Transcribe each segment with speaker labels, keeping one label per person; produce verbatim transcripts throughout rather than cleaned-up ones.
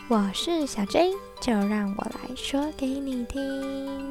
Speaker 1: 我是小 J， 就让我来说给你听。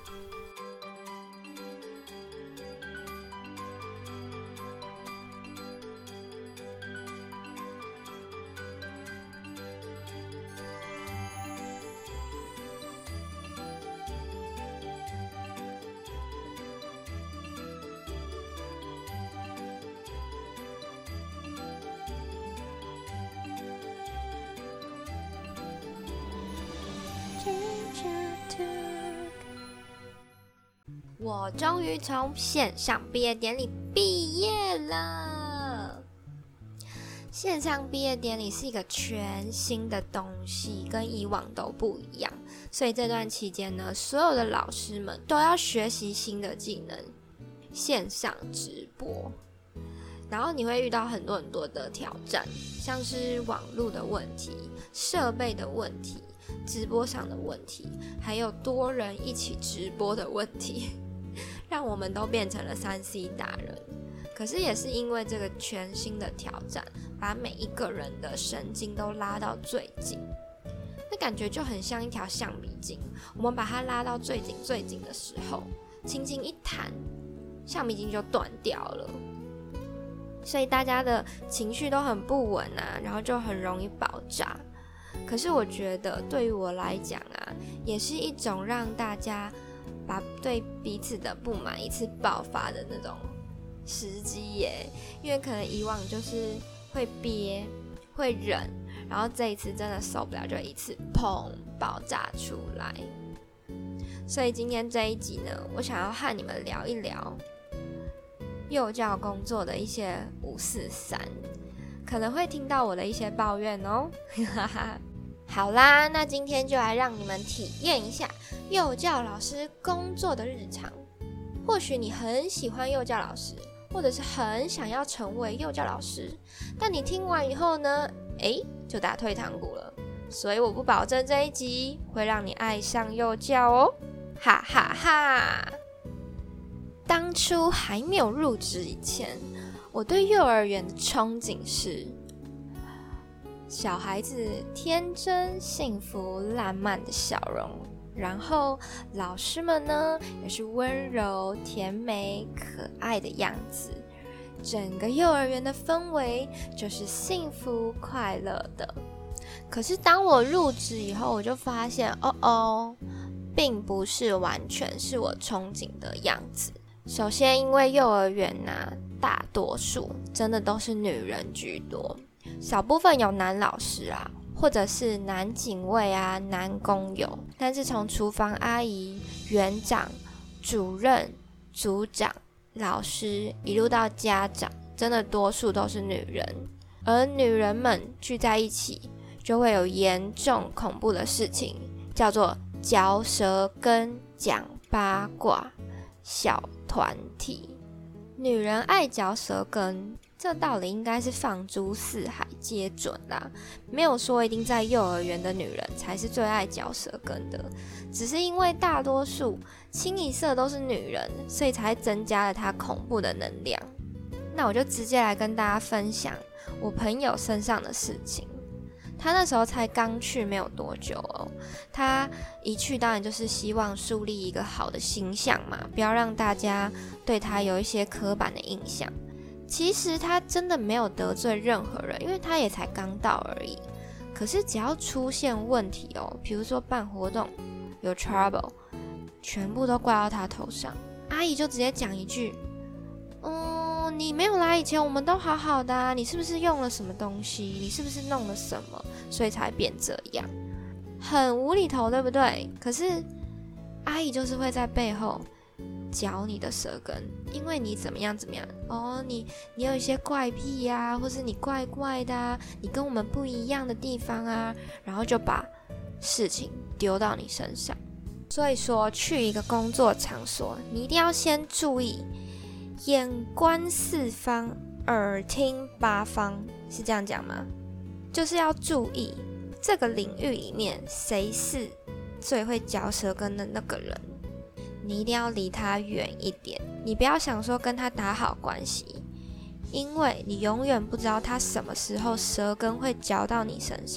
Speaker 1: 我终于从线上毕业典礼毕业了。线上毕业典礼是一个全新的东西，跟以往都不一样，所以这段期间呢，所有的老师们都要学习新的技能，线上直播。然后你会遇到很多很多的挑战，像是网络的问题、设备的问题、直播上的问题，还有多人一起直播的问题，让我们都变成了 三 C 达人。可是也是因为这个全新的挑战，把每一个人的神经都拉到最紧，那感觉就很像一条橡皮筋，我们把它拉到最紧最紧的时候，轻轻一弹，橡皮筋就断掉了。所以大家的情绪都很不稳啊，然后就很容易爆炸。可是我觉得对于我来讲啊，也是一种让大家把对彼此的不满一次爆发的那种时机耶。因为可能以往就是会憋会忍，然后这一次真的受不了，就一次砰爆炸出来。所以今天这一集呢，我想要和你们聊一聊幼教工作的一些五四三，可能会听到我的一些抱怨哦。好啦，那今天就来让你们体验一下幼教老师工作的日常。或许你很喜欢幼教老师，或者是很想要成为幼教老师，但你听完以后呢，诶，就打退堂鼓了。所以我不保证这一集会让你爱上幼教哦，哈哈哈。当初还没有入职以前，我对幼儿园的憧憬是小孩子天真、幸福、烂漫的笑容，然后老师们呢也是温柔、甜美、可爱的样子，整个幼儿园的氛围就是幸福快乐的。可是当我入职以后，我就发现，哦哦，并不是完全是我憧憬的样子。首先，因为幼儿园啊，大多数真的都是女人居多，少部分有男老师啊，或者是男警卫啊、男工友，但是从厨房阿姨、园长、主任、组长、老师一路到家长，真的多数都是女人。而女人们聚在一起，就会有严重恐怖的事情，叫做嚼舌根、讲八卦、小团体。女人爱嚼舌根，这道理应该是放诸四海皆准啦，没有说一定在幼儿园的女人才是最爱嚼舌根的，只是因为大多数清一色都是女人，所以才增加了她恐怖的能量。那我就直接来跟大家分享我朋友身上的事情。他那时候才刚去没有多久哦，他一去当然就是希望树立一个好的形象嘛，不要让大家对他有一些刻板的印象。其实他真的没有得罪任何人，因为他也才刚到而已。可是只要出现问题哦，比如说办活动有 trouble， 全部都怪到他头上。阿姨就直接讲一句，嗯，你没有来以前我们都好好的啊，你是不是用了什么东西？你是不是弄了什么，所以才变这样？很无厘头，对不对？可是阿姨就是会在背后嚼你的舌根，因为你怎么样怎么样哦，你你有一些怪癖啊，或是你怪怪的啊，你跟我们不一样的地方啊，然后就把事情丢到你身上。所以说，去一个工作场所，你一定要先注意眼观四方，耳听八方，是这样讲吗？就是要注意这个领域里面谁是最会嚼舌根的那个人，你一定要离他远一点，你不要想说跟他打好关系，因为你永远不知道他什么时候舌根会嚼到你身上，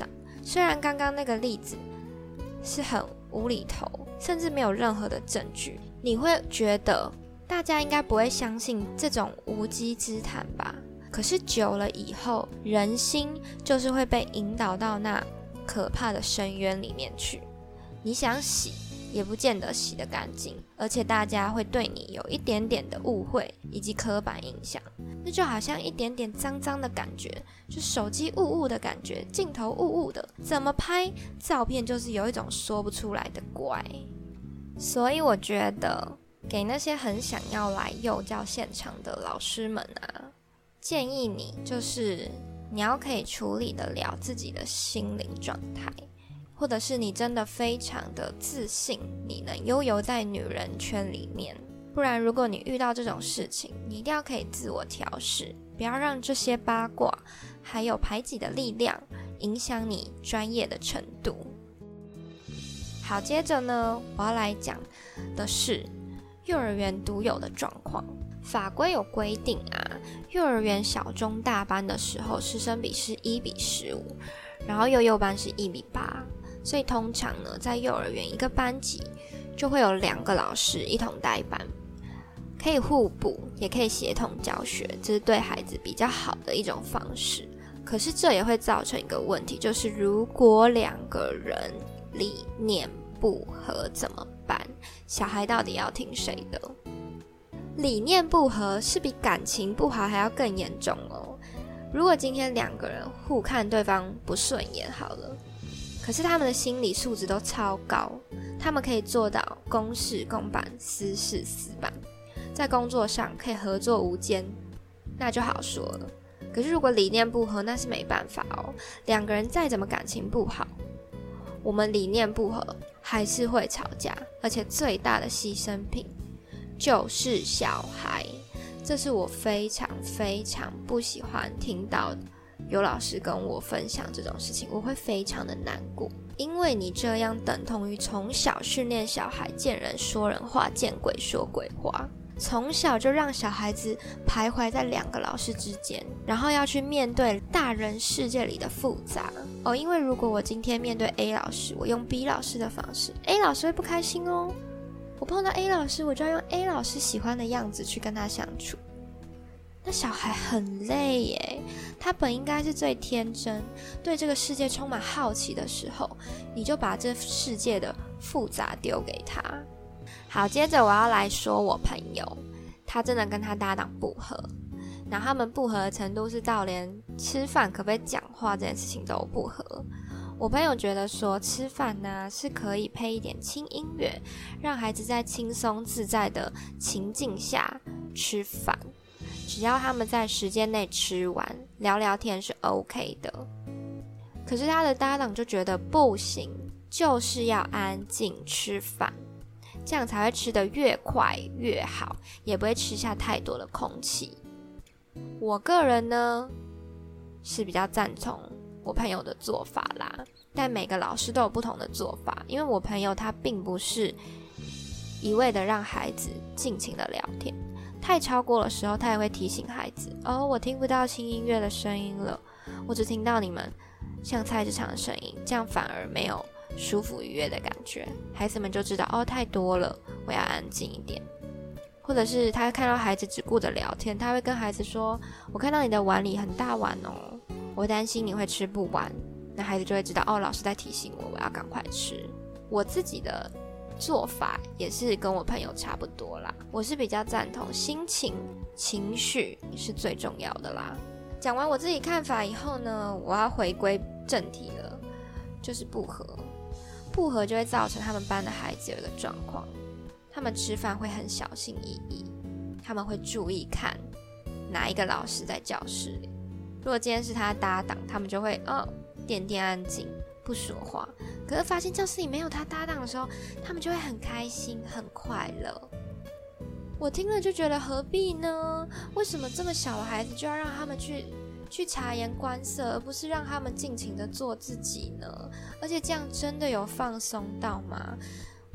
Speaker 1: 虽然刚刚那个例子是很无厘头，甚至没有任何的证据，你会觉得大家应该不会相信这种无稽之谈吧？可是久了以后，人心就是会被引导到那可怕的深渊里面去。你想洗也不见得洗得干净，而且大家会对你有一点点的误会以及刻板印象，那就好像一点点脏脏的感觉，就手机雾雾的感觉，镜头雾雾的，怎么拍照片就是有一种说不出来的怪。所以我觉得给那些很想要来幼教现场的老师们啊，建议你就是你要可以处理得了自己的心灵状态，或者是你真的非常的自信，你能悠游在女人圈里面。不然如果你遇到这种事情，你一定要可以自我调试，不要让这些八卦还有排挤的力量影响你专业的程度。好，接着呢，我要来讲的是幼儿园独有的状况。法规有规定啊，幼儿园小中大班的时候师生比是一比十五，然后幼幼班是一比八，所以通常呢，在幼儿园一个班级就会有两个老师一同带班，可以互补，也可以协同教学，这是对孩子比较好的一种方式。可是这也会造成一个问题，就是如果两个人理念不合怎么办？小孩到底要听谁的？理念不合是比感情不好还要更严重哦。如果今天两个人互看对方不顺眼好了，可是他们的心理素质都超高，他们可以做到公事公办，私事私办，在工作上可以合作无间，那就好说了。可是如果理念不合，那是没办法哦。两个人再怎么感情不好，我们理念不合还是会吵架，而且最大的牺牲品就是小孩。这是我非常非常不喜欢听到的，有老师跟我分享这种事情，我会非常的难过，因为你这样等同于从小训练小孩见人说人话，见鬼说鬼话，从小就让小孩子徘徊在两个老师之间，然后要去面对大人世界里的复杂哦。因为如果我今天面对 A 老师，我用 B 老师的方式， A 老师会不开心哦。我碰到 A 老师，我就要用 A 老师喜欢的样子去跟他相处，那小孩很累耶。他本应该是最天真，对这个世界充满好奇的时候，你就把这世界的复杂丢给他。好，接着我要来说我朋友，他真的跟他搭档不合，然后他们不合的程度是到连吃饭可不可以讲话这件事情都不合。我朋友觉得说吃饭呢是可以配一点轻音乐，让孩子在轻松自在的情境下吃饭，只要他们在时间内吃完，聊聊天是 OK 的。可是他的搭档就觉得不行，就是要安静吃饭，这样才会吃得越快越好，也不会吃下太多的空气。我个人呢是比较赞同我朋友的做法啦，但每个老师都有不同的做法，因为我朋友他并不是一味的让孩子尽情的聊天，太超过的时候他也会提醒孩子，哦，我听不到轻音乐的声音了，我只听到你们像菜市场的声音，这样反而没有舒服愉悦的感觉，孩子们就知道哦太多了，我要安静一点。或者是他看到孩子只顾着聊天，他会跟孩子说，我看到你的碗里很大碗哦，我担心你会吃不完，那孩子就会知道哦，老师在提醒我，我要赶快吃。我自己的做法也是跟我朋友差不多啦，我是比较赞同心情情绪是最重要的啦。讲完我自己看法以后呢，我要回归正题了，就是不合不合就会造成他们班的孩子有一个状况，他们吃饭会很小心翼翼，他们会注意看哪一个老师在教室里，如果今天是他搭档，他们就会哦点点安静不说话，可是发现教室里没有他搭档的时候，他们就会很开心很快乐。我听了就觉得何必呢？为什么这么小的孩子就要让他们去去察言观色，而不是让他们尽情的做自己呢？而且这样真的有放松到吗？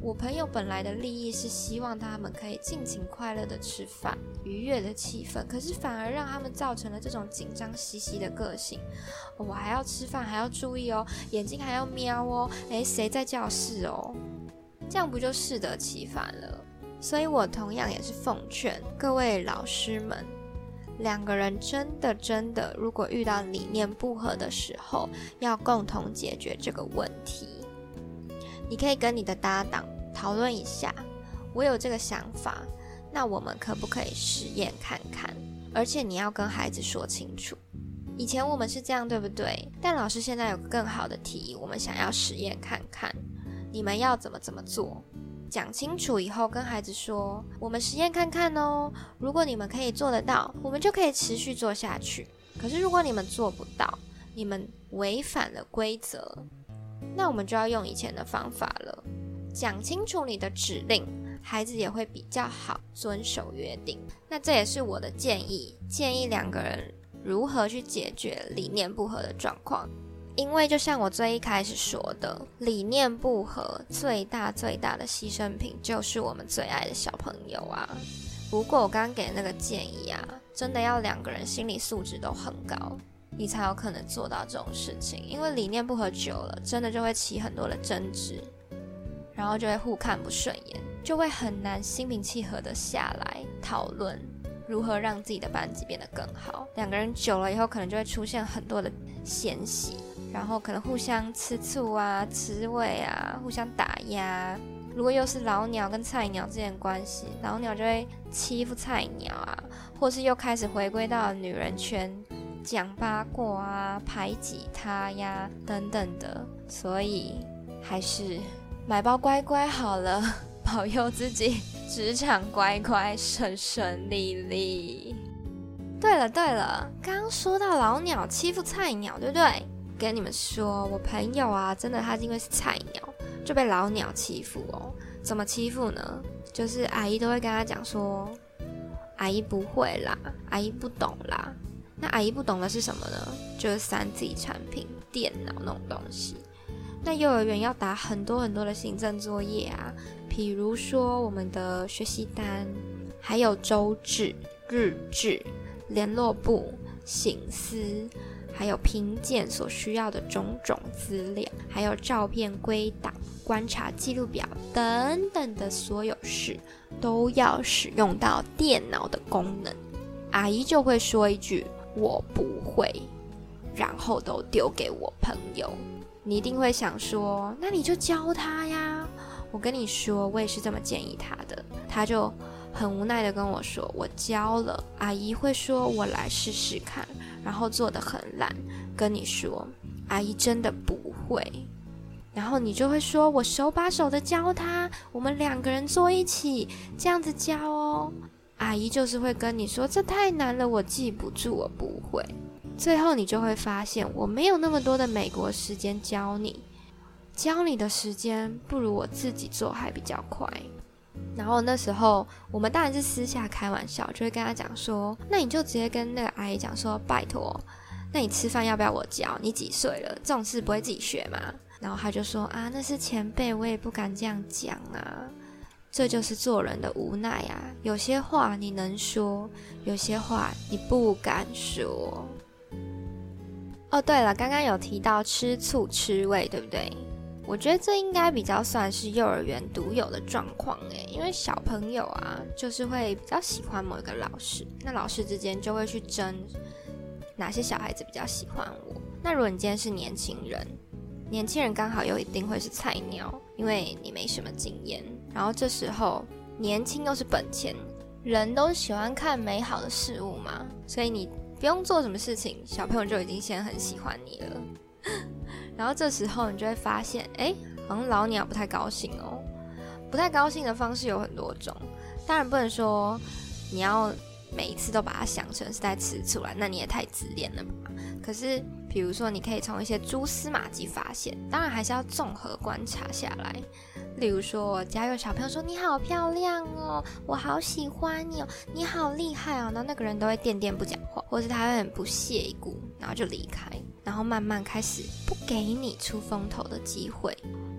Speaker 1: 我朋友本来的利益是希望他们可以尽情快乐的吃饭，愉悦的气氛，可是反而让他们造成了这种紧张兮兮的个性。哦，我还要吃饭，还要注意哦，眼睛还要瞄哦，诶，谁在教室哦？这样不就适得其反了？所以我同样也是奉劝各位老师们，两个人真的真的，如果遇到理念不合的时候，要共同解决这个问题。你可以跟你的搭档讨论一下，我有这个想法，那我们可不可以实验看看？而且你要跟孩子说清楚。以前我们是这样，对不对？但老师现在有个更好的提议，我们想要实验看看，你们要怎么怎么做？讲清楚以后，跟孩子说，我们实验看看哦。如果你们可以做得到，我们就可以持续做下去。可是如果你们做不到，你们违反了规则，那我们就要用以前的方法了。讲清楚你的指令，孩子也会比较好遵守约定。那这也是我的建议，建议两个人如何去解决理念不合的状况。因为就像我最一开始说的，理念不合最大最大的牺牲品就是我们最爱的小朋友啊。不过我刚刚给的那个建议啊，真的要两个人心理素质都很高，你才有可能做到这种事情。因为理念不合久了，真的就会起很多的争执，然后就会互看不顺眼，就会很难心平气和的下来讨论如何让自己的班级变得更好。两个人久了以后，可能就会出现很多的嫌隙，然后可能互相吃醋啊、吃味啊、互相打压。如果又是老鸟跟菜鸟之间的关系，老鸟就会欺负菜鸟啊，或是又开始回归到女人圈，讲八卦啊、排挤他呀等等的。所以还是买包乖乖好了，保佑自己职场乖乖顺顺利利。对了对了，刚刚说到老鸟欺负菜鸟，对不对？跟你们说，我朋友啊，真的他因为是菜鸟，就被老鸟欺负哦。怎么欺负呢？就是阿姨都会跟他讲说，阿姨不会啦，阿姨不懂啦。那阿姨不懂的是什么呢？就是三 C 产品、电脑那种东西。那幼儿园要打很多很多的行政作业啊，比如说我们的学习单，还有周志、日志、联络簿、醒思，还有评鉴所需要的种种资料，还有照片归档、观察记录表等等的所有事，都要使用到电脑的功能。阿姨就会说一句我不会，然后都丢给我朋友。你一定会想说，那你就教他呀。我跟你说，我也是这么建议他的。他就很无奈的跟我说，我教了，阿姨会说我来试试看，然后做得很烂。跟你说，阿姨真的不会。然后你就会说，我手把手的教他，我们两个人坐一起，这样子教哦。阿姨就是会跟你说，这太难了，我记不住，我不会。最后你就会发现，我没有那么多的美国时间教你，教你的时间不如我自己做还比较快。然后那时候我们当然是私下开玩笑，就会跟他讲说，那你就直接跟那个阿姨讲说，拜托，那你吃饭要不要我教？你几岁了？这种事不会自己学吗？然后他就说啊，那是前辈，我也不敢这样讲啊。这就是做人的无奈啊，有些话你能说，有些话你不敢说。哦，对了，刚刚有提到吃醋吃味，对不对？我觉得这应该比较算是幼儿园独有的状况诶，因为小朋友啊，就是会比较喜欢某一个老师，那老师之间就会去争哪些小孩子比较喜欢我。那如果你今天是年轻人，年轻人刚好又一定会是菜鸟，因为你没什么经验，然后这时候年轻又是本钱，人都喜欢看美好的事物嘛，所以你不用做什么事情，小朋友就已经先很喜欢你了。然后这时候你就会发现，哎，好像老鸟不太高兴哦。不太高兴的方式有很多种，当然不能说你要每一次都把它想成是在吃醋啦，那你也太自恋了吧。可是比如说你可以从一些蛛丝马迹发现，当然还是要综合观察下来。例如说，假如有小朋友说你好漂亮哦，我好喜欢你哦，你好厉害哦，那那个人都会垫垫不讲话，或是他会很不屑一顾，然后就离开，然后慢慢开始不给你出风头的机会。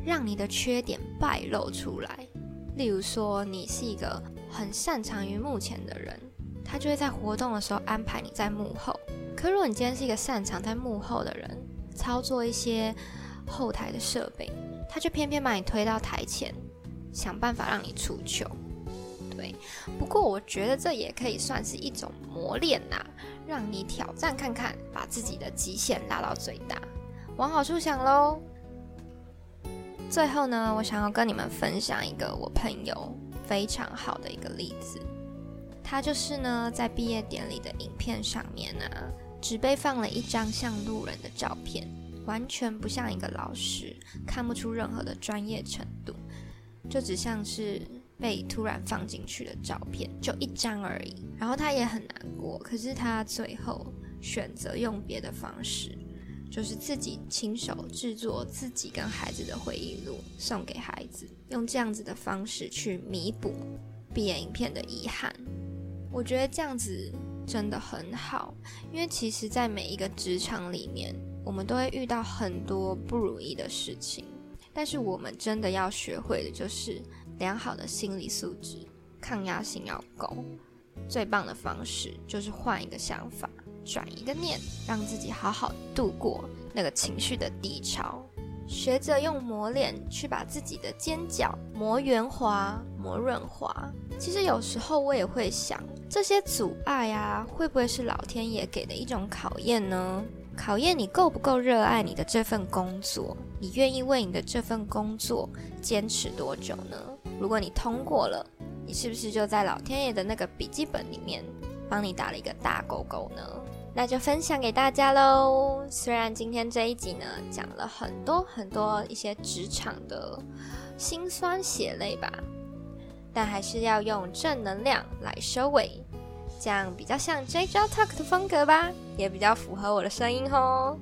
Speaker 1: 让你的缺点败露出来。例如说，你是一个很擅长于幕前的人，他就会在活动的时候安排你在幕后。可如果你今天是一个擅长在幕后的人，操作一些后台的设备，他就偏偏把你推到台前，想办法让你出糗。对，不过我觉得这也可以算是一种磨练啦，让你挑战看看，把自己的极限拉到最大，往好处想咯。最后呢，我想要跟你们分享一个我朋友非常好的一个例子。他就是呢，在毕业典礼的影片上面啊，只被放了一张像路人的照片，完全不像一个老师，看不出任何的专业程度，就只像是被突然放进去的照片，就一张而已。然后他也很难过，可是他最后选择用别的方式，就是自己亲手制作自己跟孩子的回忆录，送给孩子，用这样子的方式去弥补毕业影片的遗憾。我觉得这样子真的很好，因为其实在每一个职场里面，我们都会遇到很多不如意的事情，但是我们真的要学会的就是良好的心理素质，抗压性要够。最棒的方式就是换一个想法，转一个念，让自己好好度过那个情绪的低潮，学着用磨练去把自己的尖角磨圆滑、磨润滑。其实有时候我也会想，这些阻碍啊，会不会是老天爷给的一种考验呢？考验你够不够热爱你的这份工作，你愿意为你的这份工作坚持多久呢？如果你通过了，你是不是就在老天爷的那个笔记本里面帮你打了一个大勾勾呢？那就分享给大家咯。虽然今天这一集呢讲了很多很多一些职场的辛酸血泪吧，但还是要用正能量来收尾，这样比较像 J J Talk 的风格吧，也比较符合我的声音哦。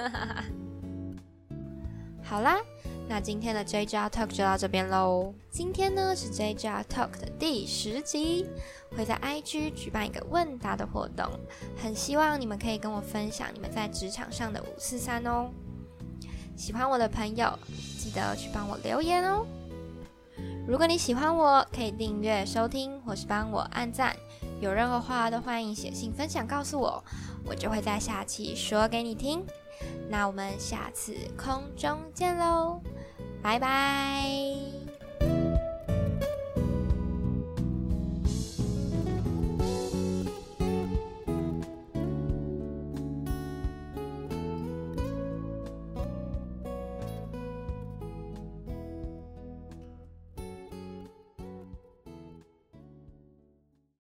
Speaker 1: 好啦，那今天的 J J Talk 就到这边咯。今天呢是 J J Talk 的第十集，会在 I G 举办一个问答的活动，很希望你们可以跟我分享你们在职场上的五四三哦。喜欢我的朋友，记得去帮我留言哦。如果你喜欢我，可以订阅收听或是帮我按赞，有任何话都欢迎写信分享告诉我，我就会在下期说给你听。那我们下次空中见咯，拜拜。